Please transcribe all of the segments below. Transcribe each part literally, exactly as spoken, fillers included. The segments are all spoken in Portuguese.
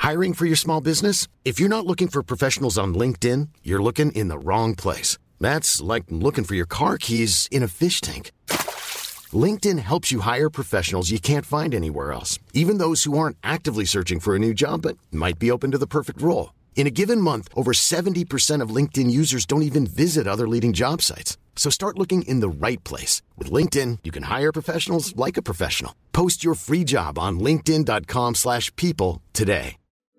Hiring for your small business? If you're not looking for professionals on LinkedIn, you're looking in the wrong place. That's like looking for your car keys in a fish tank. LinkedIn helps you hire professionals you can't find anywhere else, even those who aren't actively searching for a new job but might be open to the perfect role. In a given month, over seventy percent of LinkedIn users don't even visit other leading job sites. So start looking in the right place. With LinkedIn, you can hire professionals like a professional. Post your free job on linkedin dot com slash people today.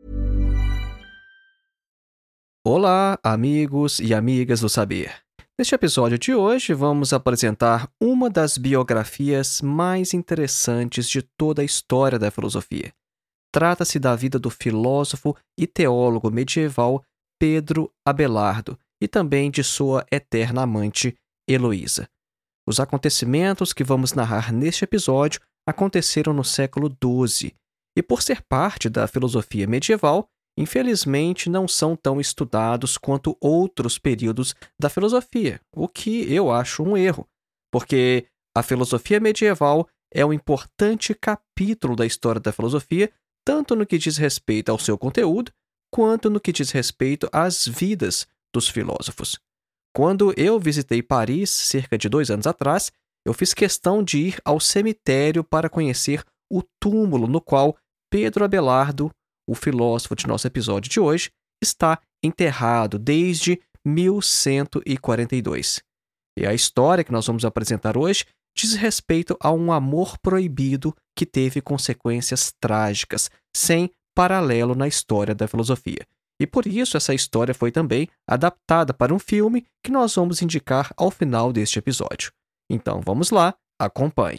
Olá, amigos e amigas do saber. Neste episódio de hoje, vamos apresentar uma das biografias mais interessantes de toda a história da filosofia. Trata-se da vida do filósofo e teólogo medieval Pedro Abelardo e também de sua eterna amante, Heloísa. Os acontecimentos que vamos narrar neste episódio aconteceram no século doze e, por ser parte da filosofia medieval, infelizmente não são tão estudados quanto outros períodos da filosofia, o que eu acho um erro, porque a filosofia medieval é um importante capítulo da história da filosofia, tanto no que diz respeito ao seu conteúdo, quanto no que diz respeito às vidas dos filósofos. Quando eu visitei Paris, cerca de dois anos atrás, eu fiz questão de ir ao cemitério para conhecer o túmulo no qual Pedro Abelardo, o filósofo de nosso episódio de hoje, está enterrado desde mil cento e quarenta e dois. E a história que nós vamos apresentar hoje diz respeito a um amor proibido que teve consequências trágicas, sem paralelo na história da filosofia. E por isso essa história foi também adaptada para um filme que nós vamos indicar ao final deste episódio. Então vamos lá, acompanhe.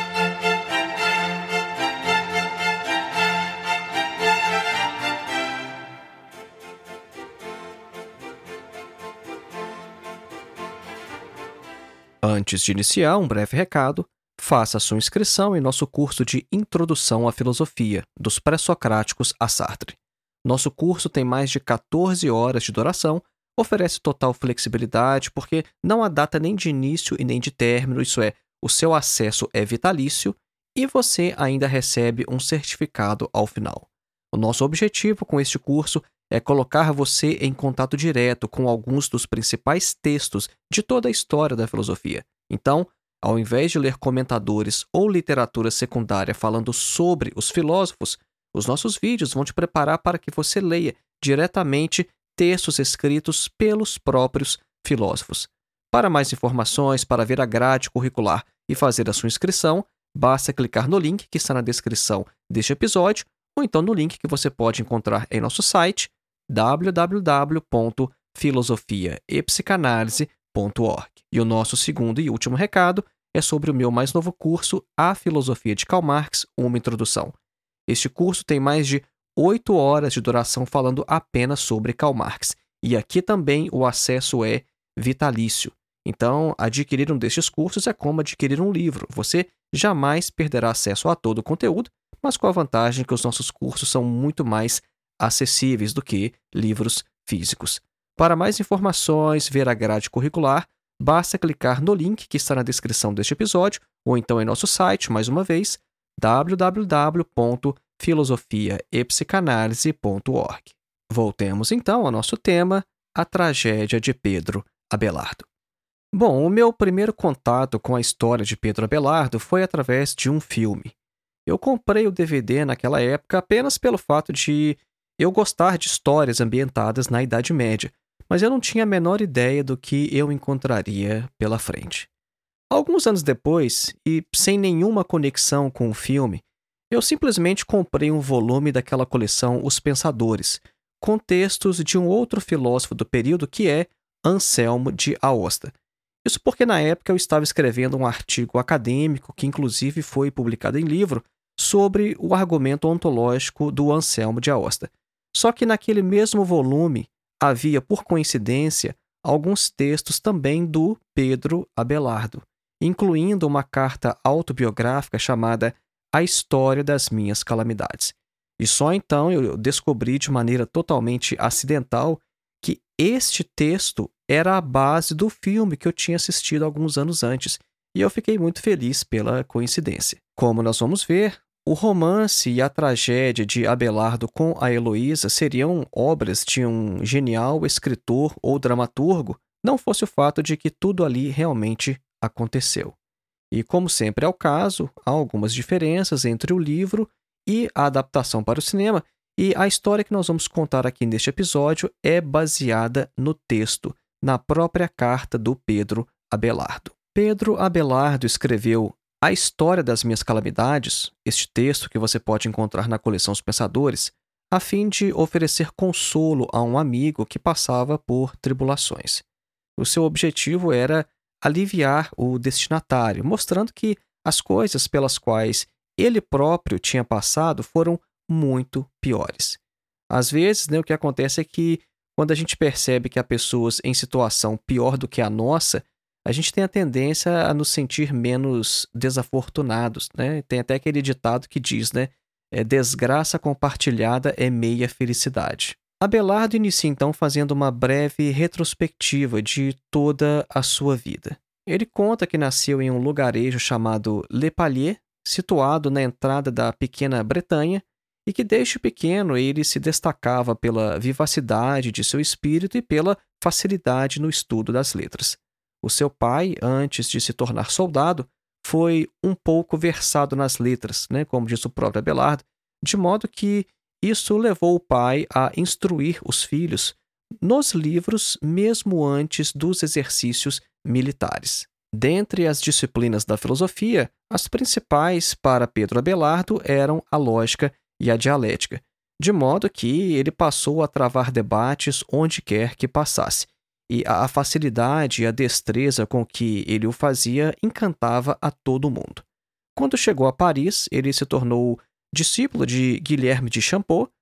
Antes de iniciar, um breve recado. Faça sua inscrição em nosso curso de Introdução à Filosofia, dos Pré-Socráticos a Sartre. Nosso curso tem mais de quatorze horas de duração, oferece total flexibilidade porque não há data nem de início e nem de término, isso é, o seu acesso é vitalício e você ainda recebe um certificado ao final. O nosso objetivo com este curso é colocar você em contato direto com alguns dos principais textos de toda a história da filosofia. Então, ao invés de ler comentadores ou literatura secundária falando sobre os filósofos, os nossos vídeos vão te preparar para que você leia diretamente textos escritos pelos próprios filósofos. Para mais informações, para ver a grade curricular e fazer a sua inscrição, basta clicar no link que está na descrição deste episódio ou então no link que você pode encontrar em nosso site w w w ponto filosofia e psicanálise ponto org. E o nosso segundo e último recado é sobre o meu mais novo curso, A Filosofia de Karl Marx, uma introdução. Este curso tem mais de oito horas de duração falando apenas sobre Karl Marx. E aqui também o acesso é vitalício. Então, adquirir um destes cursos é como adquirir um livro. Você jamais perderá acesso a todo o conteúdo, mas com a vantagem que os nossos cursos são muito mais acessíveis do que livros físicos. Para mais informações, ver a grade curricular, basta clicar no link que está na descrição deste episódio ou então em nosso site, mais uma vez, w w w ponto filosofia e psicanálise ponto org. Voltemos então ao nosso tema, a tragédia de Pedro Abelardo. Bom, o meu primeiro contato com a história de Pedro Abelardo foi através de um filme. Eu comprei o D V D naquela época apenas pelo fato de eu gostar de histórias ambientadas na Idade Média, mas eu não tinha a menor ideia do que eu encontraria pela frente. Alguns anos depois, e sem nenhuma conexão com o filme, eu simplesmente comprei um volume daquela coleção Os Pensadores, com textos de um outro filósofo do período que é Anselmo de Aosta. Isso porque na época eu estava escrevendo um artigo acadêmico, que inclusive foi publicado em livro, sobre o argumento ontológico do Anselmo de Aosta. Só que naquele mesmo volume havia, por coincidência, alguns textos também do Pedro Abelardo, incluindo uma carta autobiográfica chamada A História das Minhas Calamidades. E só então eu descobri de maneira totalmente acidental que este texto era a base do filme que eu tinha assistido alguns anos antes, e eu fiquei muito feliz pela coincidência. Como nós vamos ver, O romance e a tragédia de Abelardo com a Heloísa seriam obras de um genial escritor ou dramaturgo, não fosse o fato de que tudo ali realmente aconteceu. E, como sempre é o caso, há algumas diferenças entre o livro e a adaptação para o cinema, e a história que nós vamos contar aqui neste episódio é baseada no texto, na própria carta do Pedro Abelardo. Pedro Abelardo escreveu A História das Minhas Calamidades, este texto que você pode encontrar na coleção Os Pensadores, a fim de oferecer consolo a um amigo que passava por tribulações. O seu objetivo era aliviar o destinatário, mostrando que as coisas pelas quais ele próprio tinha passado foram muito piores. Às vezes, né, o que acontece é que, quando a gente percebe que há pessoas em situação pior do que a nossa, a gente tem a tendência a nos sentir menos desafortunados, né? Tem até aquele ditado que diz, né? É, desgraça compartilhada é meia felicidade. Abelardo inicia então fazendo uma breve retrospectiva de toda a sua vida. Ele conta que nasceu em um lugarejo chamado Le Pallier, situado na entrada da pequena Bretanha, e que desde pequeno ele se destacava pela vivacidade de seu espírito e pela facilidade no estudo das letras. O seu pai, antes de se tornar soldado, foi um pouco versado nas letras, né, como diz o próprio Abelardo, de modo que isso levou o pai a instruir os filhos nos livros mesmo antes dos exercícios militares. Dentre as disciplinas da filosofia, as principais para Pedro Abelardo eram a lógica e a dialética, de modo que ele passou a travar debates onde quer que passasse, e a facilidade e a destreza com que ele o fazia encantava a todo mundo. Quando chegou a Paris, ele se tornou discípulo de Guilherme de Champeaux,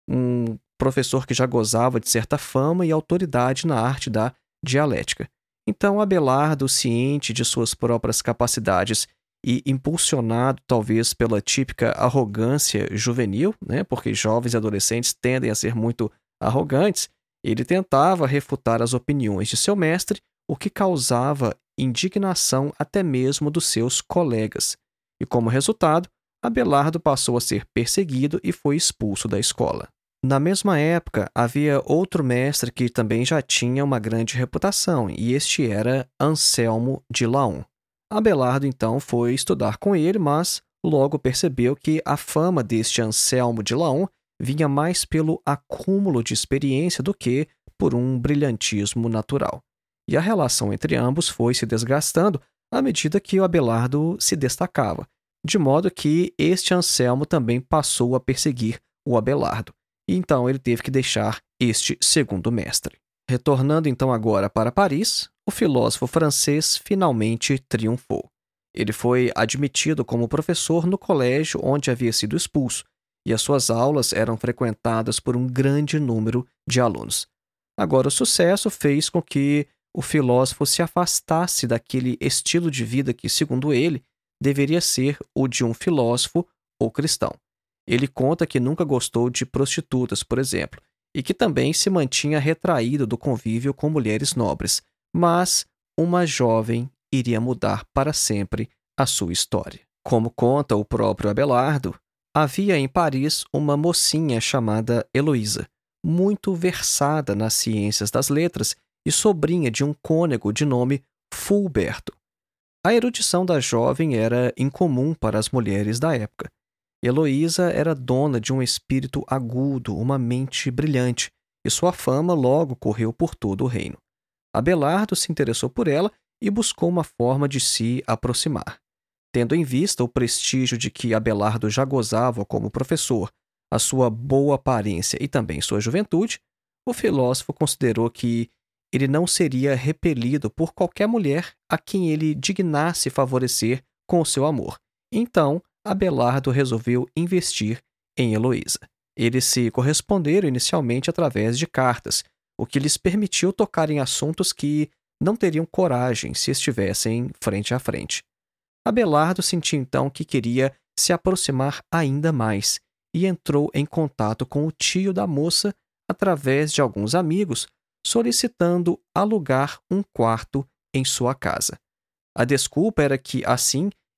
um professor que já gozava de certa fama e autoridade na arte da dialética. Então, Abelardo, ciente de suas próprias capacidades e impulsionado talvez pela típica arrogância juvenil, né, porque jovens e adolescentes tendem a ser muito arrogantes, ele tentava refutar as opiniões de seu mestre, o que causava indignação até mesmo dos seus colegas. E como resultado, Abelardo passou a ser perseguido e foi expulso da escola. Na mesma época, havia outro mestre que também já tinha uma grande reputação, e este era Anselmo de Laon. Abelardo então foi estudar com ele, mas logo percebeu que a fama deste Anselmo de Laon vinha mais pelo acúmulo de experiência do que por um brilhantismo natural. E a relação entre ambos foi se desgastando à medida que o Abelardo se destacava, de modo que este Anselmo também passou a perseguir o Abelardo, e então ele teve que deixar este segundo mestre. Retornando então agora para Paris, o filósofo francês finalmente triunfou. Ele foi admitido como professor no colégio onde havia sido expulso, e as suas aulas eram frequentadas por um grande número de alunos. Agora, o sucesso fez com que o filósofo se afastasse daquele estilo de vida que, segundo ele, deveria ser o de um filósofo ou cristão. Ele conta que nunca gostou de prostitutas, por exemplo, e que também se mantinha retraído do convívio com mulheres nobres, mas uma jovem iria mudar para sempre a sua história. Como conta o próprio Abelardo, havia em Paris uma mocinha chamada Heloísa, muito versada nas ciências das letras e sobrinha de um cônego de nome Fulberto. A erudição da jovem era incomum para as mulheres da época. Heloísa era dona de um espírito agudo, uma mente brilhante, e sua fama logo correu por todo o reino. Abelardo se interessou por ela e buscou uma forma de se aproximar. Tendo em vista o prestígio de que Abelardo já gozava como professor, a sua boa aparência e também sua juventude, o filósofo considerou que ele não seria repelido por qualquer mulher a quem ele dignasse favorecer com o seu amor. Então, Abelardo resolveu investir em Heloísa. Eles se corresponderam inicialmente através de cartas, o que lhes permitiu tocar em assuntos que não teriam coragem se estivessem frente a frente. Abelardo sentiu então que queria se aproximar ainda mais e entrou em contato com o tio da moça através de alguns amigos, solicitando alugar um quarto em sua casa. A desculpa era que, assim,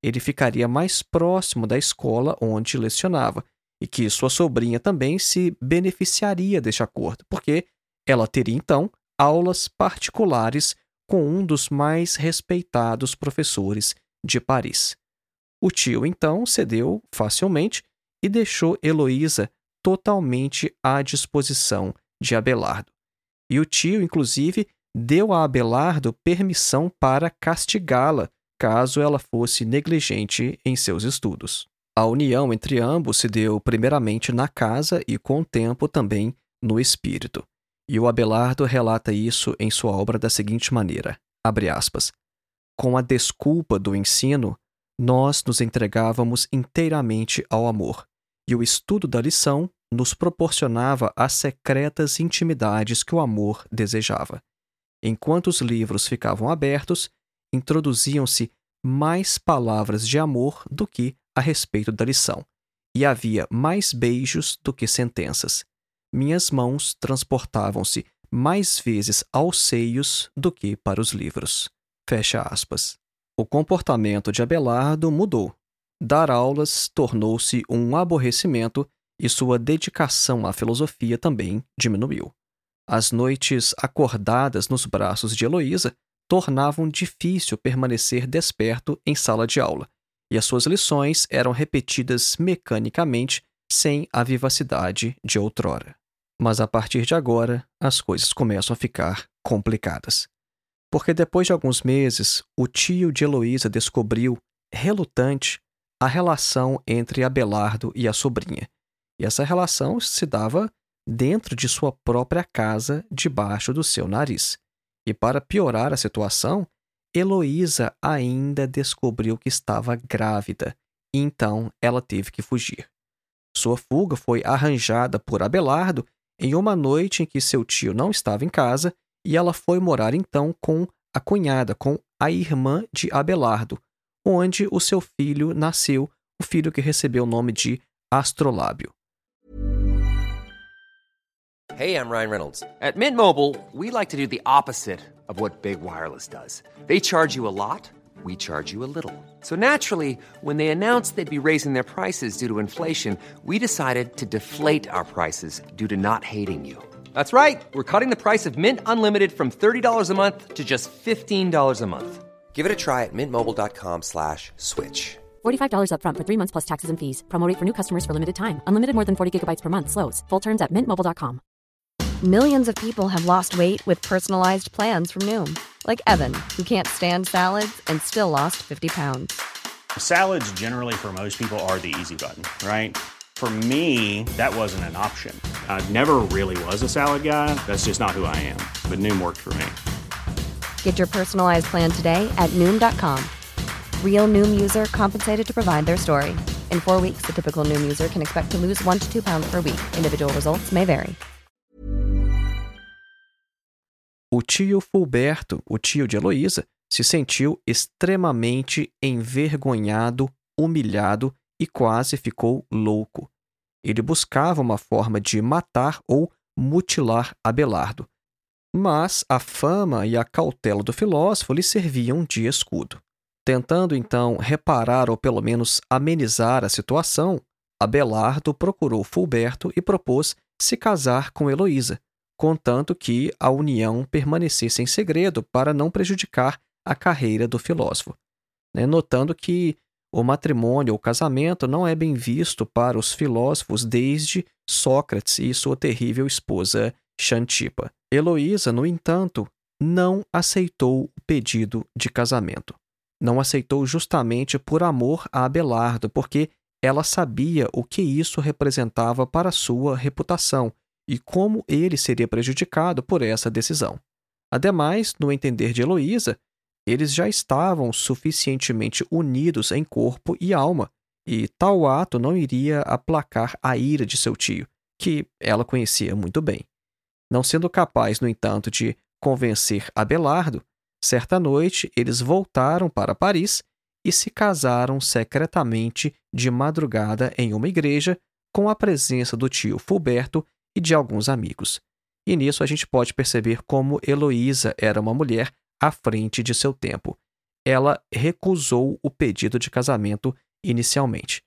ele ficaria mais próximo da escola onde lecionava e que sua sobrinha também se beneficiaria deste acordo, porque ela teria então aulas particulares com um dos mais respeitados professores de Paris. O tio então cedeu facilmente e deixou Heloísa totalmente à disposição de Abelardo. E o tio, inclusive, deu a Abelardo permissão para castigá-la caso ela fosse negligente em seus estudos. A união entre ambos se deu primeiramente na casa e, com o tempo, também no espírito. E o Abelardo relata isso em sua obra da seguinte maneira, abre aspas, com a desculpa do ensino, nós nos entregávamos inteiramente ao amor, e o estudo da lição nos proporcionava as secretas intimidades que o amor desejava. Enquanto os livros ficavam abertos, introduziam-se mais palavras de amor do que a respeito da lição, e havia mais beijos do que sentenças. Minhas mãos transportavam-se mais vezes aos seios do que para os livros. Fecha aspas. O comportamento de Abelardo mudou. Dar aulas tornou-se um aborrecimento e sua dedicação à filosofia também diminuiu. As noites acordadas nos braços de Heloísa tornavam difícil permanecer desperto em sala de aula, e as suas lições eram repetidas mecanicamente sem a vivacidade de outrora. Mas a partir de agora, as coisas começam a ficar complicadas. Porque depois de alguns meses, o tio de Heloísa descobriu, relutante, a relação entre Abelardo e a sobrinha. E essa relação se dava dentro de sua própria casa, debaixo do seu nariz. E para piorar a situação, Heloísa ainda descobriu que estava grávida, e então ela teve que fugir. Sua fuga foi arranjada por Abelardo em uma noite em que seu tio não estava em casa, e ela foi morar então com a cunhada, com a irmã de Abelardo, onde o seu filho nasceu, o filho que recebeu o nome de Astrolábio. Hey, I'm Ryan Reynolds. At Mint Mobile, we like to do the opposite of what Big Wireless does. They charge you a lot, we charge you a little. So naturally, when they announced they'd be raising their prices due to inflation, we decided to deflate our prices due to not hating you. That's right. We're cutting the price of Mint Unlimited from thirty dollars a month to just fifteen dollars a month. Give it a try at mintmobile.com slash switch. forty-five dollars up front for three months plus taxes and fees. Promo rate for new customers for limited time. Unlimited more than forty gigabytes per month slows. Full terms at mint mobile dot com. Millions of people have lost weight with personalized plans from Noom. Like Evan, who can't stand salads and still lost fifty pounds. Salads generally for most people are the easy button, right? For me, that wasn't an option. I never really was a salad guy. That's just not who I am. But Noom worked for me. Get your personalized plan today at Noom dot com. Real Noom user compensated to provide their story. In four weeks, the typical Noom user can expect to lose one to two pounds per week. Individual results may vary. O tio Fulberto, o tio de Heloísa, se sentiu extremamente envergonhado, humilhado e quase ficou louco. Ele buscava uma forma de matar ou mutilar Abelardo. Mas a fama e a cautela do filósofo lhe serviam de escudo. Tentando, então, reparar ou pelo menos amenizar a situação, Abelardo procurou Fulberto e propôs se casar com Heloísa, contanto que a união permanecesse em segredo para não prejudicar a carreira do filósofo, né? Notando que o matrimônio ou casamento não é bem visto para os filósofos desde Sócrates e sua terrível esposa Xantipa. Heloísa, no entanto, não aceitou o pedido de casamento. Não aceitou justamente por amor a Abelardo, porque ela sabia o que isso representava para sua reputação e como ele seria prejudicado por essa decisão. Ademais, no entender de Heloísa, eles já estavam suficientemente unidos em corpo e alma, e tal ato não iria aplacar a ira de seu tio, que ela conhecia muito bem. Não sendo capaz, no entanto, de convencer Abelardo, certa noite eles voltaram para Paris e se casaram secretamente de madrugada em uma igreja com a presença do tio Fulberto e de alguns amigos. E nisso a gente pode perceber como Heloísa era uma mulher à frente de seu tempo. ela recusou o pedido de casamento inicialmente.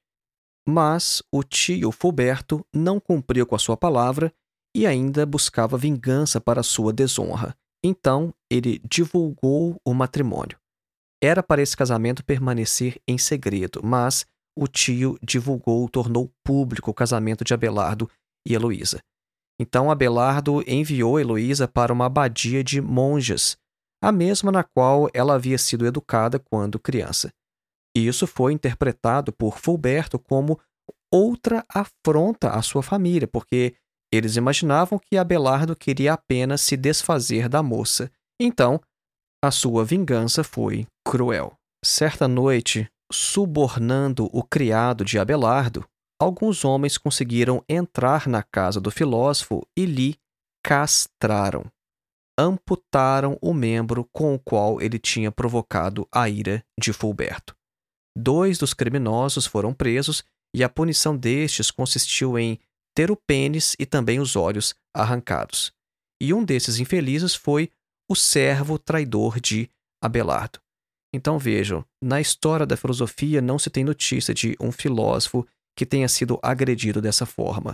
Mas o tio Fulberto não cumpriu com a sua palavra e ainda buscava vingança para sua desonra. Então, ele divulgou o matrimônio. Era para esse casamento permanecer em segredo, mas o tio divulgou, tornou público o casamento de Abelardo e Heloísa. Então, Abelardo enviou Heloísa para uma abadia de monjas, a mesma na qual ela havia sido educada quando criança. E isso foi interpretado por Fulberto como outra afronta à sua família, porque eles imaginavam que Abelardo queria apenas se desfazer da moça. Então, a sua vingança foi cruel. Certa noite, subornando o criado de Abelardo, alguns homens conseguiram entrar na casa do filósofo e lhe castraram. Amputaram o membro com o qual ele tinha provocado a ira de Fulberto. Dois dos criminosos foram presos e a punição destes consistiu em ter o pênis e também os olhos arrancados. E um desses infelizes foi o servo traidor de Abelardo. Então vejam, na história da filosofia não se tem notícia de um filósofo que tenha sido agredido dessa forma.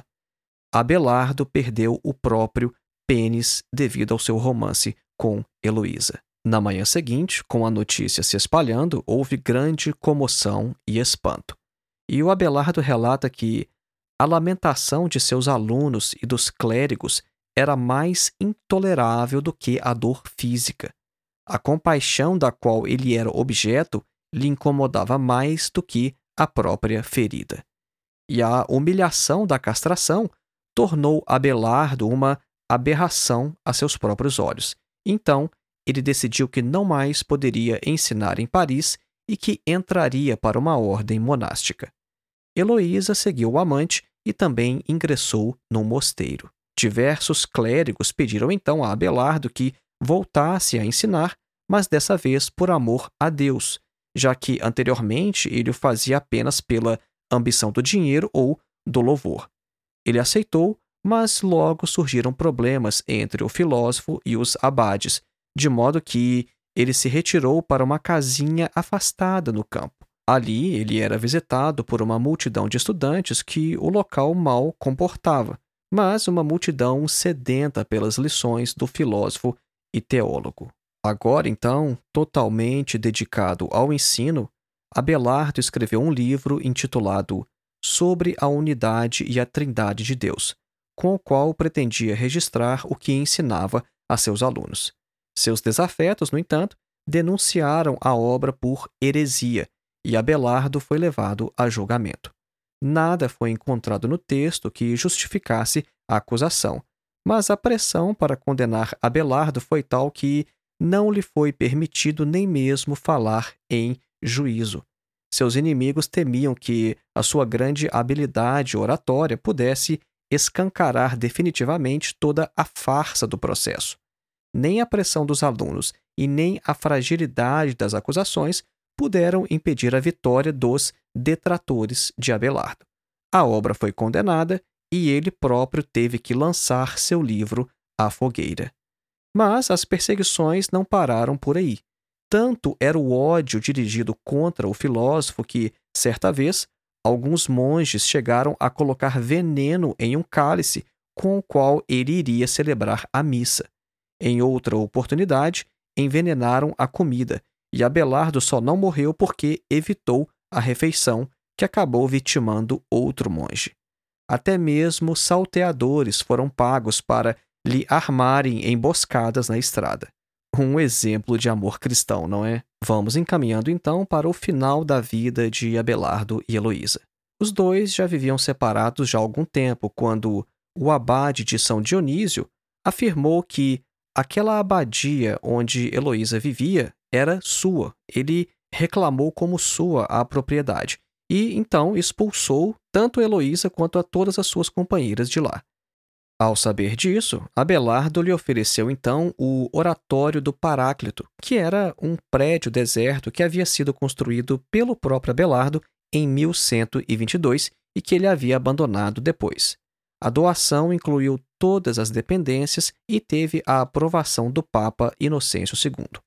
Abelardo perdeu o próprio pênis devido ao seu romance com Heloísa. Na manhã seguinte, com a notícia se espalhando, houve grande comoção e espanto. E o Abelardo relata que a lamentação de seus alunos e dos clérigos era mais intolerável do que a dor física. A compaixão da qual ele era objeto lhe incomodava mais do que a própria ferida. E a humilhação da castração tornou Abelardo uma aberração a seus próprios olhos. Então, ele decidiu que não mais poderia ensinar em Paris e que entraria para uma ordem monástica. Heloísa seguiu o amante e também ingressou num mosteiro. Diversos clérigos pediram então a Abelardo que voltasse a ensinar, mas dessa vez por amor a Deus, já que anteriormente ele o fazia apenas pela ambição do dinheiro ou do louvor. Ele aceitou, mas logo surgiram problemas entre o filósofo e os abades, de modo que ele se retirou para uma casinha afastada no campo. Ali ele era visitado por uma multidão de estudantes que o local mal comportava, mas uma multidão sedenta pelas lições do filósofo e teólogo. Agora, então, totalmente dedicado ao ensino, Abelardo escreveu um livro intitulado Sobre a Unidade e a Trindade de Deus, com o qual pretendia registrar o que ensinava a seus alunos. Seus desafetos, no entanto, denunciaram a obra por heresia, e Abelardo foi levado a julgamento. Nada foi encontrado no texto que justificasse a acusação, mas a pressão para condenar Abelardo foi tal que não lhe foi permitido nem mesmo falar em juízo. Seus inimigos temiam que a sua grande habilidade oratória pudesse escancarar definitivamente toda a farsa do processo. Nem a pressão dos alunos e nem a fragilidade das acusações puderam impedir a vitória dos detratores de Abelardo. A obra foi condenada e ele próprio teve que lançar seu livro à fogueira. Mas as perseguições não pararam por aí. Tanto era o ódio dirigido contra o filósofo que, certa vez, alguns monges chegaram a colocar veneno em um cálice com o qual ele iria celebrar a missa. Em outra oportunidade, envenenaram a comida, e Abelardo só não morreu porque evitou a refeição que acabou vitimando outro monge. Até mesmo salteadores foram pagos para lhe armarem emboscadas na estrada. Um exemplo de amor cristão, não é? Vamos encaminhando então para o final da vida de Abelardo e Heloísa. Os dois já viviam separados já há algum tempo, quando o abade de São Dionísio afirmou que aquela abadia onde Heloísa vivia era sua. Ele reclamou como sua a propriedade e então expulsou tanto Heloísa quanto a todas as suas companheiras de lá. Ao saber disso, Abelardo lhe ofereceu então o Oratório do Paráclito, que era um prédio deserto que havia sido construído pelo próprio Abelardo em mil cento e vinte e dois e que ele havia abandonado depois. A doação incluiu todas as dependências e teve a aprovação do Papa Inocêncio segundo.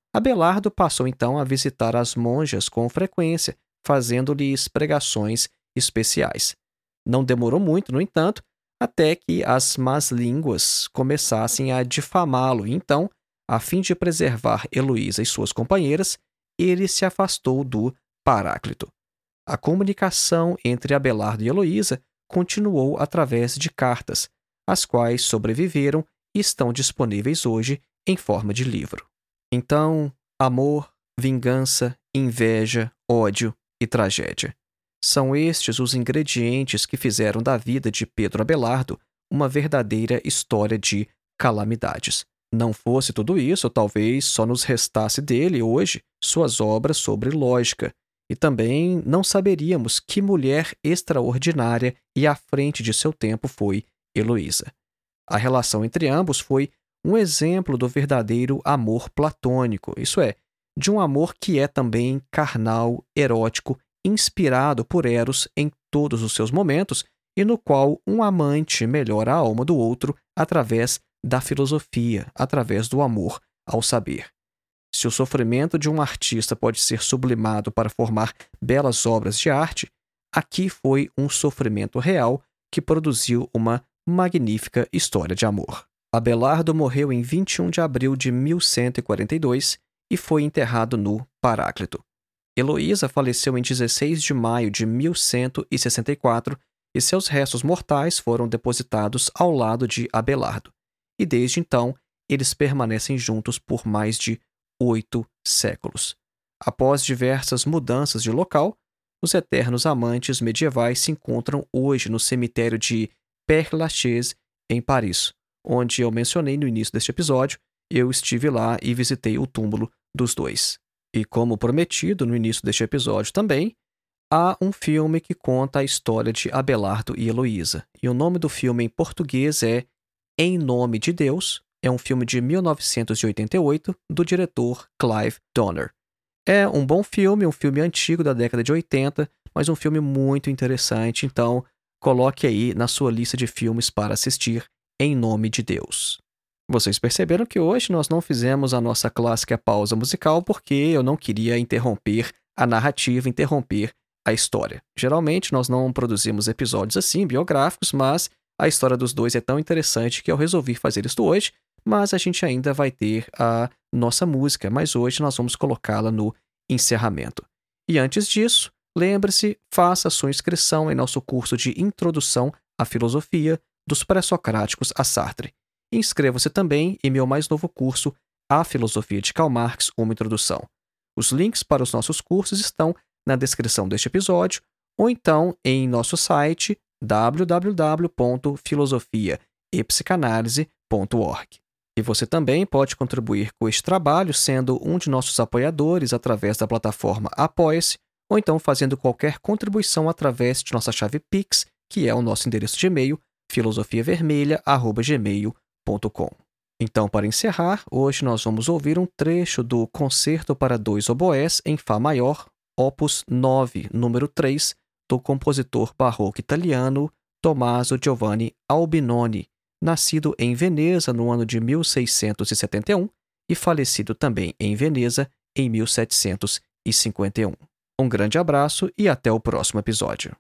Abelardo passou então a visitar as monjas com frequência, fazendo-lhes pregações especiais. Não demorou muito, no entanto, até que as más línguas começassem a difamá-lo, e então, a fim de preservar Heloísa e suas companheiras, ele se afastou do Paráclito. A comunicação entre Abelardo e Heloísa continuou através de cartas, as quais sobreviveram e estão disponíveis hoje em forma de livro. Então, amor, vingança, inveja, ódio e tragédia. São estes os ingredientes que fizeram da vida de Pedro Abelardo uma verdadeira história de calamidades. Não fosse tudo isso, talvez só nos restasse dele hoje suas obras sobre lógica, e também não saberíamos que mulher extraordinária e à frente de seu tempo foi Heloísa. A relação entre ambos foi um exemplo do verdadeiro amor platônico, isso é, de um amor que é também carnal, erótico, inspirado por Eros em todos os seus momentos e no qual um amante melhora a alma do outro através da filosofia, através do amor ao saber. Se o sofrimento de um artista pode ser sublimado para formar belas obras de arte, aqui foi um sofrimento real que produziu uma magnífica história de amor. Abelardo morreu em vinte e um de abril de mil cento e quarenta e dois e foi enterrado no Paráclito. Heloísa faleceu em dezesseis de maio de mil cento e sessenta e quatro e seus restos mortais foram depositados ao lado de Abelardo. E desde então, eles permanecem juntos por mais de oito séculos. Após diversas mudanças de local, os eternos amantes medievais se encontram hoje no cemitério de Père-Lachaise, em Paris, onde eu mencionei no início deste episódio. Eu estive lá e visitei o túmulo dos dois. E como prometido no início deste episódio também, há um filme que conta a história de Abelardo e Heloísa. E o nome do filme em português é Em Nome de Deus. É um filme de mil novecentos e oitenta e oito, do diretor Clive Donner. É um bom filme, um filme antigo da década de oitenta, mas um filme muito interessante, então coloque aí na sua lista de filmes para assistir Em Nome de Deus. Vocês perceberam que hoje nós não fizemos a nossa clássica pausa musical porque eu não queria interromper a narrativa, interromper a história. Geralmente nós não produzimos episódios assim, biográficos, mas a história dos dois é tão interessante que eu resolvi fazer isto hoje, mas a gente ainda vai ter a nossa música, mas hoje nós vamos colocá-la no encerramento. E antes disso, lembre-se, faça sua inscrição em nosso curso de Introdução à Filosofia dos Pré-Socráticos a Sartre. Inscreva-se também em meu mais novo curso, A Filosofia de Karl Marx, uma Introdução. Os links para os nossos cursos estão na descrição deste episódio ou então em nosso site w w w ponto filosofia e psicanálise ponto org. E você também pode contribuir com este trabalho sendo um de nossos apoiadores através da plataforma Apoia-se ou então fazendo qualquer contribuição através de nossa chave Pix, que é o nosso endereço de e-mail, filosofiavermelha arroba gmail ponto com. Então, para encerrar, hoje nós vamos ouvir um trecho do Concerto para dois oboés em Fá maior, opus nove, número três, do compositor barroco italiano Tommaso Giovanni Albinoni, nascido em Veneza no ano de mil seiscentos e setenta e um e falecido também em Veneza em mil setecentos e cinquenta e um. Um grande abraço e até o próximo episódio.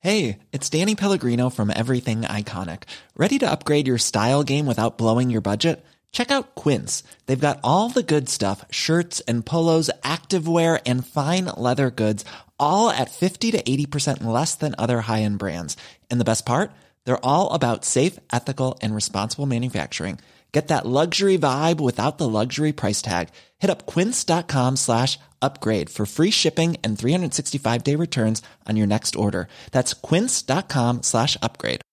Hey, it's Danny Pellegrino from Everything Iconic. Ready to upgrade your style game without blowing your budget? Check out Quince. They've got all the good stuff, shirts and polos, activewear, and fine leather goods, all at fifty to eighty percent less than other high-end brands. And the best part? They're all about safe, ethical, and responsible manufacturing. Get that luxury vibe without the luxury price tag. Hit up quince.com slash upgrade for free shipping and three sixty-five day returns on your next order. That's quince.com slash upgrade.